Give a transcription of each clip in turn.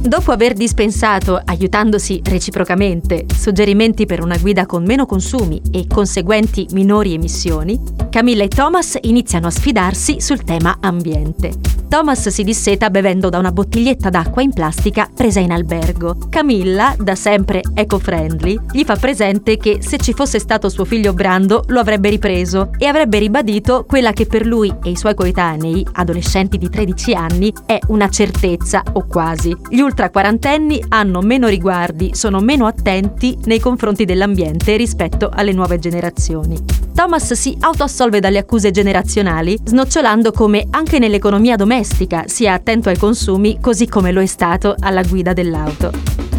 Dopo aver dispensato, aiutandosi reciprocamente, suggerimenti per una guida con meno consumi e conseguenti minori emissioni, Camilla e Thomas iniziano a sfidarsi sul tema ambiente. Thomas si disseta bevendo da una bottiglietta d'acqua in plastica presa in albergo. Camilla, da sempre eco-friendly, gli fa presente che se ci fosse stato suo figlio Brando lo avrebbe ripreso e avrebbe ribadito quella che per lui e i suoi coetanei, adolescenti di 13 anni, è una certezza o quasi. Gli ultra-quarantenni hanno meno riguardi, sono meno attenti nei confronti dell'ambiente rispetto alle nuove generazioni. Thomas si autoassolve dalle accuse generazionali, snocciolando come anche nell'economia domestica sia attento ai consumi così come lo è stato alla guida dell'auto.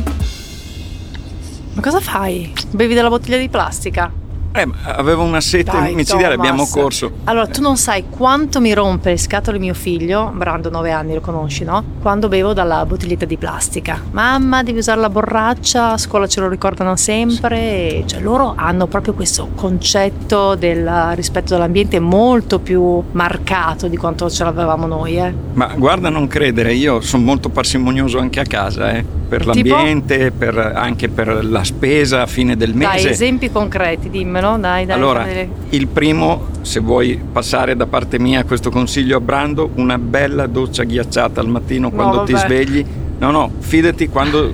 Ma cosa fai? Bevi dalla bottiglia di plastica? Avevo una sete micidiale, abbiamo corso. Allora, tu non sai quanto mi rompe le scatole mio figlio, Brando 9 anni, lo conosci, no? Quando bevo dalla bottiglietta di plastica. Mamma, devi usare la borraccia, a scuola ce lo ricordano sempre. Cioè, loro hanno proprio questo concetto del rispetto dell'ambiente molto più marcato di quanto ce l'avevamo noi, Ma guarda, non credere, io sono molto parsimonioso anche a casa, per l'ambiente, anche per la spesa a fine del mese. Dai, esempi concreti, dimmelo. Dai. Allora, il primo, se vuoi passare da parte mia questo consiglio a Brando, una bella doccia ghiacciata al mattino quando ti svegli. No, fidati,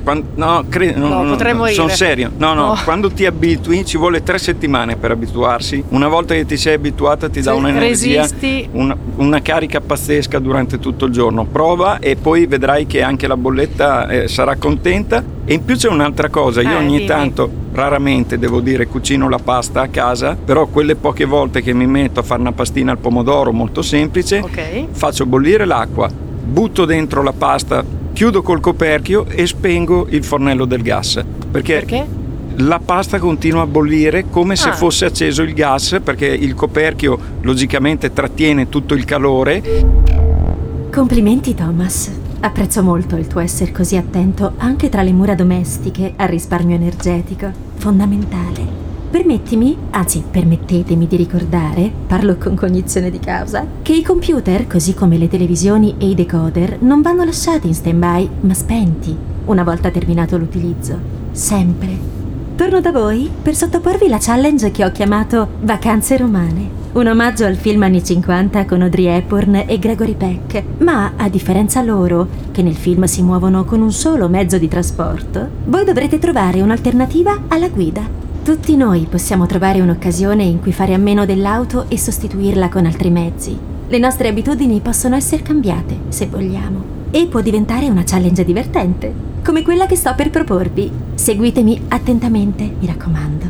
potremmo sono serio. No, quando ti abitui ci vuole 3 settimane per abituarsi. Una volta che ti sei abituata ti dà un'energia, una carica pazzesca durante tutto il giorno. Prova e poi vedrai che anche la bolletta sarà contenta. E in più c'è un'altra cosa, io ogni tanto, raramente devo dire, cucino la pasta a casa, però quelle poche volte che mi metto a fare una pastina al pomodoro molto semplice, faccio bollire l'acqua, butto dentro la pasta, chiudo col coperchio e spengo il fornello del gas. Perché? La pasta continua a bollire come se fosse acceso il gas, perché il coperchio logicamente trattiene tutto il calore. Complimenti, Thomas. Apprezzo molto il tuo essere così attento anche tra le mura domestiche al risparmio energetico. Fondamentale. Permettetemi di ricordare, parlo con cognizione di causa, che i computer, così come le televisioni e i decoder, non vanno lasciati in stand-by, ma spenti, una volta terminato l'utilizzo. Sempre. Torno da voi per sottoporvi la challenge che ho chiamato Vacanze Romane. Un omaggio al film anni 50 con Audrey Hepburn e Gregory Peck, ma a differenza loro, che nel film si muovono con un solo mezzo di trasporto, voi dovrete trovare un'alternativa alla guida. Tutti noi possiamo trovare un'occasione in cui fare a meno dell'auto e sostituirla con altri mezzi. Le nostre abitudini possono essere cambiate, se vogliamo, e può diventare una challenge divertente, come quella che sto per proporvi. Seguitemi attentamente, mi raccomando.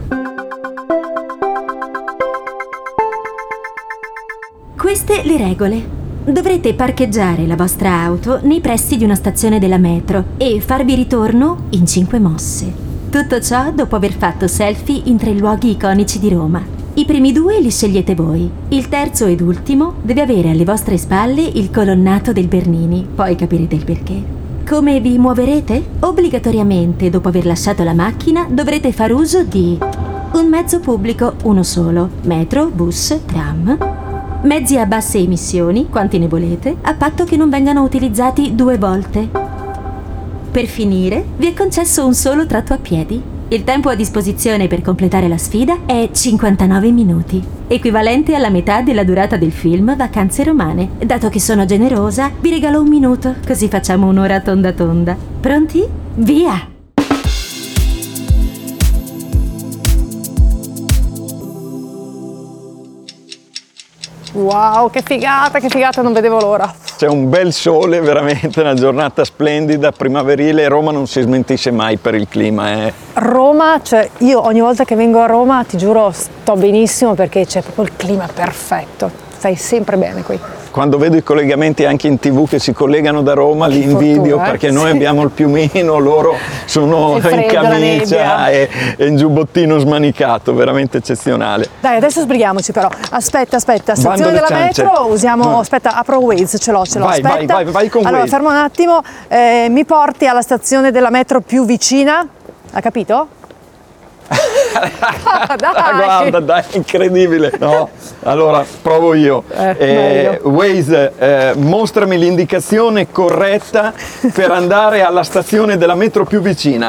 Queste le regole. Dovrete parcheggiare la vostra auto nei pressi di una stazione della metro e farvi ritorno in 5 mosse. Tutto ciò dopo aver fatto selfie in 3 luoghi iconici di Roma. I primi 2 li scegliete voi. Il terzo ed ultimo deve avere alle vostre spalle il colonnato del Bernini, poi capirete il perché. Come vi muoverete? Obbligatoriamente, dopo aver lasciato la macchina, dovrete far uso di un mezzo pubblico, uno solo, metro, bus, tram. Mezzi a basse emissioni, quanti ne volete, a patto che non vengano utilizzati 2 volte. Per finire, vi è concesso un solo tratto a piedi. Il tempo a disposizione per completare la sfida è 59 minuti, equivalente alla metà della durata del film Vacanze Romane. Dato che sono generosa, vi regalo 1 minuto, così facciamo un'ora tonda tonda. Pronti? Via! Wow, che figata, non vedevo l'ora. C'è un bel sole, veramente una giornata splendida, primaverile. Roma non si smentisce mai per il clima. Roma, cioè io ogni volta che vengo a Roma, ti giuro, sto benissimo perché c'è proprio il clima perfetto. Stai sempre bene qui. Quando vedo i collegamenti anche in TV che si collegano da Roma, li invidio perché noi abbiamo il piumino, loro sono in camicia e in giubbottino smanicato, veramente eccezionale. Dai, adesso sbrighiamoci però. Aspetta, stazione della metro, usiamo, aspetta, apro Waze, ce l'ho. Vai con Waze. Allora, fermo un attimo, mi porti alla stazione della metro più vicina, ha capito? Guarda, dai, incredibile. No, allora provo io. Waze, mostrami l'indicazione corretta per andare alla stazione della metro più vicina.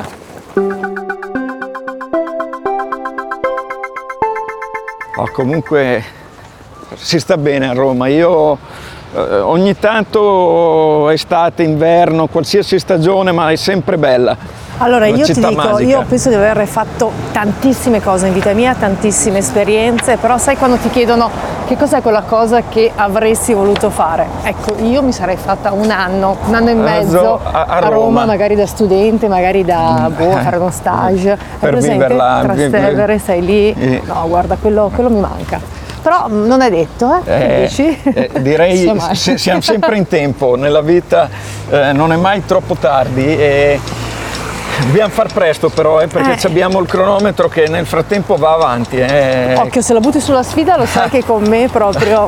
Comunque si sta bene a Roma. Io ogni tanto, estate, inverno, qualsiasi stagione, ma è sempre bella. Allora, io ti dico, magica. io penso di aver fatto tantissime cose in vita mia, tantissime esperienze, però sai quando ti chiedono che cos'è quella cosa che avresti voluto fare? Ecco, io mi sarei fatta un anno e mezzo a Roma, magari da studente, magari da fare uno stage. Per viverla. Trastevere, sei lì. No, guarda, quello mi manca. Però non è detto, dici? Direi siamo sempre in tempo, nella vita non è mai troppo tardi e dobbiamo far presto però, perché abbiamo il cronometro che nel frattempo va avanti. Occhio, se la butti sulla sfida lo sai che con me proprio...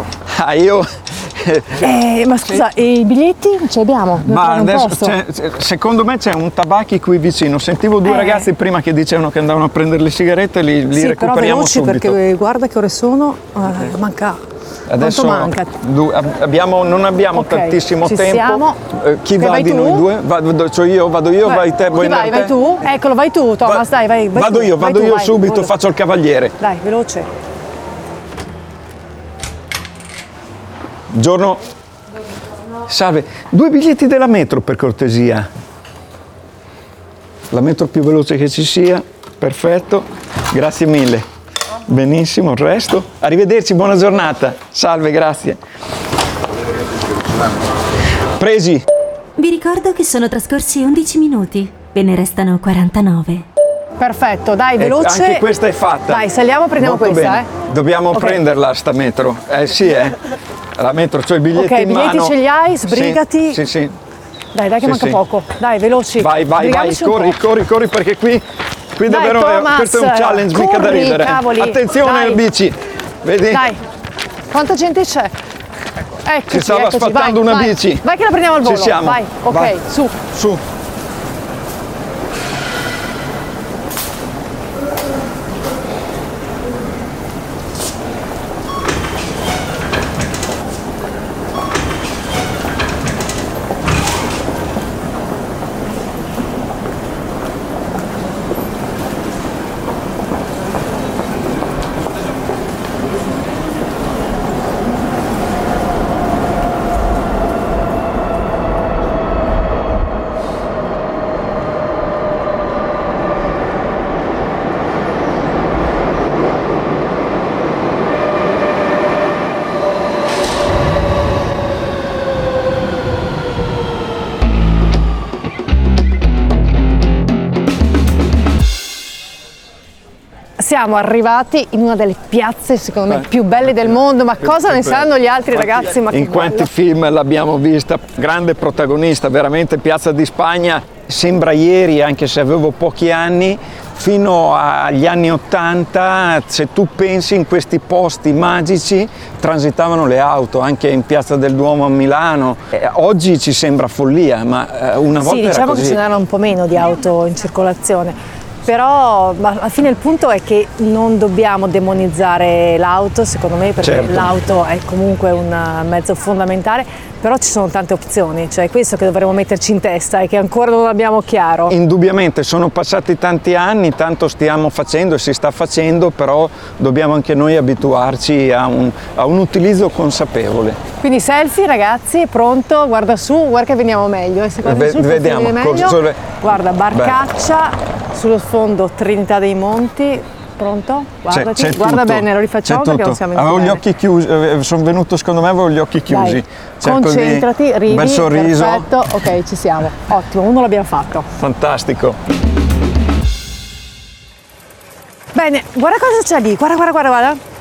ma scusa, e i biglietti ce li abbiamo? Ma adesso secondo me c'è un tabacchi qui vicino. Sentivo due ragazzi prima che dicevano che andavano a prendere le sigarette, li recuperiamo però veloci subito. Perché guarda che ore sono, manca. Adesso manca? Non abbiamo tantissimo tempo. Siamo. Chi va di noi due? Vado io, vai te, vai tu? Eccolo, vai tu, Thomas, vai. Vado io subito, faccio il cavaliere. Dai, veloce. Buongiorno. Salve, 2 biglietti della metro per cortesia. La metro più veloce che ci sia, perfetto, grazie mille. Benissimo, il resto. Arrivederci, buona giornata. Salve, grazie. Presi. Vi ricordo che sono trascorsi 11 minuti, ve ne restano 49. Perfetto, dai, veloce. Anche questa è fatta. Dai, saliamo, prendiamo molto questa, bene. Dobbiamo prenderla sta metro. Sì, La metro, c'ho i biglietti in mano. Ok, biglietti ce li hai, sbrigati. Sì. Dai che manca poco. Dai, veloci. Vai, corri perché qui dai, davvero Thomas, questo è un challenge mica da ridere. Cavoli, attenzione al bici. Vedi? Dai. Quanta gente c'è? Eccoci, si stava asfaltando una bici. Vai che la prendiamo al volo. Ci siamo. Vai, ok, vai. Su. Siamo arrivati in una delle piazze secondo me più belle del mondo, ma cosa ne sanno gli altri ragazzi? Ma in quanti film l'abbiamo vista, grande protagonista, veramente Piazza di Spagna, sembra ieri anche se avevo pochi anni, fino agli anni '80, se tu pensi in questi posti magici transitavano le auto, anche in Piazza del Duomo a Milano. Oggi ci sembra follia, ma una volta era diciamo così. Che ce n'erano un po' meno di auto in circolazione. Però alla fine il punto è che non dobbiamo demonizzare l'auto, secondo me, perché l'auto è comunque un mezzo fondamentale, però ci sono tante opzioni, cioè questo che dovremmo metterci in testa e che ancora non abbiamo chiaro. Indubbiamente sono passati tanti anni, tanto stiamo facendo e si sta facendo, però dobbiamo anche noi abituarci a un utilizzo consapevole. Quindi selfie ragazzi, pronto, guarda su, guarda che veniamo meglio, vediamo meglio. Guarda, barcaccia. Sullo sfondo Trinità dei Monti, pronto? Guardati, c'è guarda tutto, bene, lo rifacciamo perché non siamo in avevo gli occhi chiusi, sono venuto secondo me, avevo gli occhi chiusi. Dai, concentrati, ridi, bel sorriso. Perfetto, ok, ci siamo, ottimo, uno l'abbiamo fatto. Fantastico. Bene, guarda cosa c'è lì, guarda.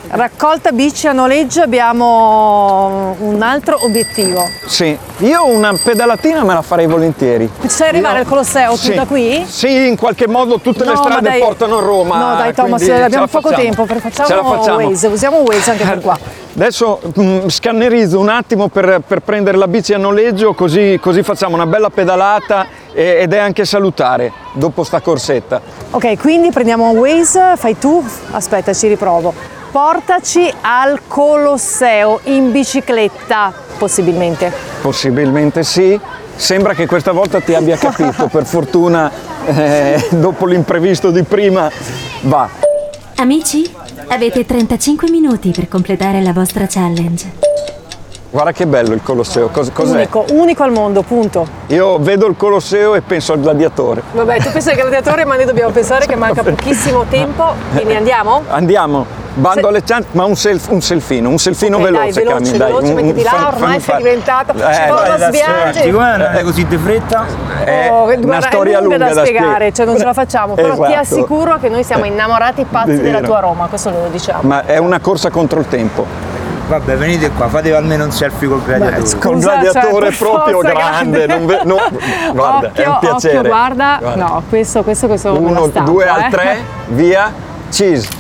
Raccolta bici a noleggio, abbiamo un altro obiettivo. Sì, io una pedalatina me la farei volentieri. Sai arrivare al Colosseo tu da qui? Sì, in qualche modo tutte le strade portano a Roma. No dai Thomas, abbiamo poco tempo, facciamo Waze, usiamo Waze anche per qua. Adesso scannerizzo un attimo per prendere la bici a noleggio, così facciamo una bella pedalata ed è anche salutare dopo sta corsetta. Ok, quindi prendiamo Waze, fai tu, aspetta ci riprovo. Portaci al Colosseo in bicicletta, possibilmente. Possibilmente sì. Sembra che questa volta ti abbia capito, per fortuna dopo l'imprevisto di prima va. Amici, avete 35 minuti per completare la vostra challenge. Guarda che bello il Colosseo, cos'è? Unico al mondo, punto. Io vedo il Colosseo e penso al gladiatore. Vabbè, tu pensi al gladiatore, ma noi dobbiamo pensare che manca pochissimo tempo, quindi andiamo? Andiamo. Bando alle ciance, ma un selfino veloce, dai, veloce, mettiti là, ormai sei diventato Thomas Biagi. Guarda, così di fretta. Una storia lunga da spiegare, cioè non ce la facciamo, però ti assicuro che noi siamo innamorati pazzi della tua Roma, questo lo diciamo. Ma è una corsa contro il tempo. Vabbè, venite qua, fatevi almeno un selfie col gladiatore. Scusa, col gladiatore proprio grande. Guarda, occhio, è un piacere. Occhio, guarda. No, questo 1, 2 al 3, via, cheese.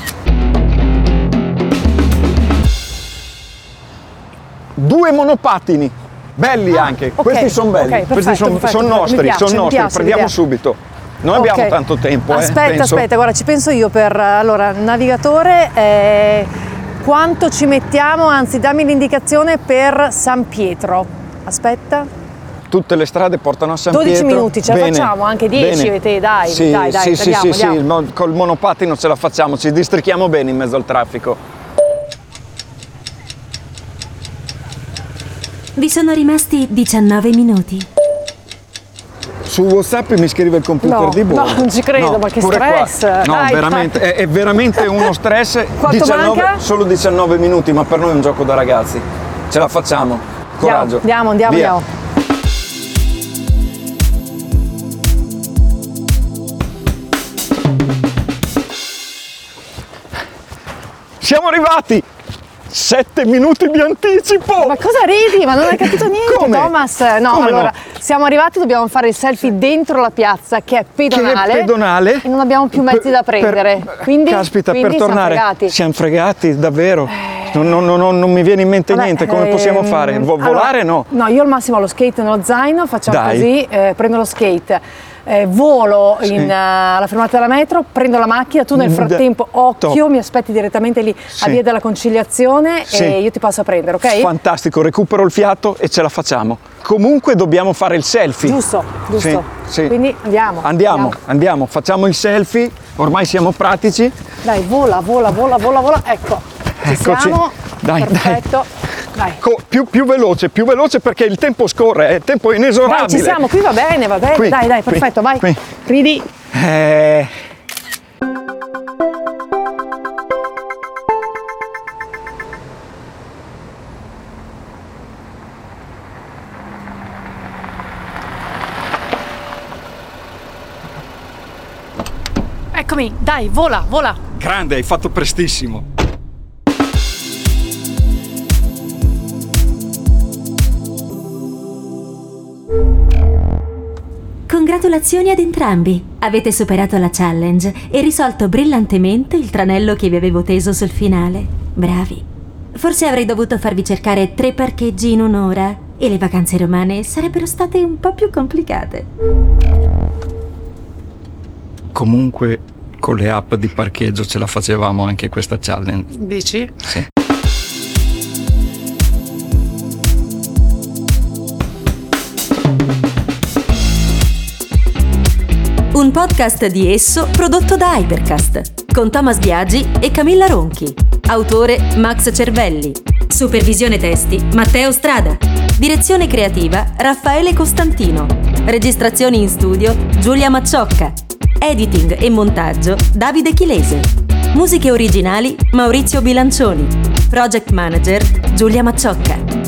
2 monopattini, belli anche, okay, questi sono belli, okay, questi sono nostri, prendiamo subito. Noi abbiamo tanto tempo. Aspetta, guarda, ci penso io allora, navigatore, quanto ci mettiamo, anzi dammi l'indicazione per San Pietro, aspetta. Tutte le strade portano a San 12 Pietro. minuti, ce la facciamo, anche 10, avete, dai, sì, dai, sì, col monopattino ce la facciamo, ci districhiamo bene in mezzo al traffico. Vi sono rimasti 19 minuti. Su WhatsApp mi scrive il computer di Borgo. No, non ci credo, ma che stress! Qua. No, dai, veramente, è veramente uno stress. Quanto manca? Solo 19 minuti, ma per noi è un gioco da ragazzi. Ce la facciamo. Coraggio. Andiamo. Siamo arrivati! 7 minuti di anticipo! Ma cosa ridi? Ma non hai capito niente, Come? Thomas! No, Come allora, no? Siamo arrivati, dobbiamo fare il selfie dentro la piazza, che è pedonale. E non abbiamo più mezzi da prendere. Quindi, caspita, per tornare. Siamo fregati, davvero. Non mi viene in mente niente. Come possiamo fare? Volare no? No, io al massimo ho lo skate nello zaino, facciamo così, prendo lo skate. Volo alla fermata della metro, prendo la macchina, tu nel frattempo occhio, mi aspetti direttamente lì a Via della Conciliazione e io ti passo a prendere, ok? Fantastico, recupero il fiato e ce la facciamo. Comunque dobbiamo fare il selfie. Giusto. Sì. Quindi Andiamo, facciamo il selfie, ormai siamo pratici. Dai, vola, ecco. Eccoci. Siamo. Dai, perfetto. Dai. Più veloce perché il tempo scorre, il tempo è inesorabile. Dai, ci siamo, qui va bene. Qui, dai, perfetto, vai. Qui. Ridi. Eccomi, dai, vola. Grande, hai fatto prestissimo. Congratulazioni ad entrambi! Avete superato la challenge e risolto brillantemente il tranello che vi avevo teso sul finale. Bravi! Forse avrei dovuto farvi cercare 3 parcheggi in un'ora e le vacanze romane sarebbero state un po' più complicate. Comunque con le app di parcheggio ce la facevamo anche questa challenge. Dici? Sì. Un podcast di Esso prodotto da Hypercast, con Thomas Biagi e Camilla Ronchi. Autore Max Cervelli. Supervisione testi Matteo Strada. Direzione creativa Raffaele Costantino. Registrazioni in studio Giulia Macciocca. Editing e montaggio Davide Chilese. Musiche originali Maurizio Bilancioni. Project Manager Giulia Macciocca.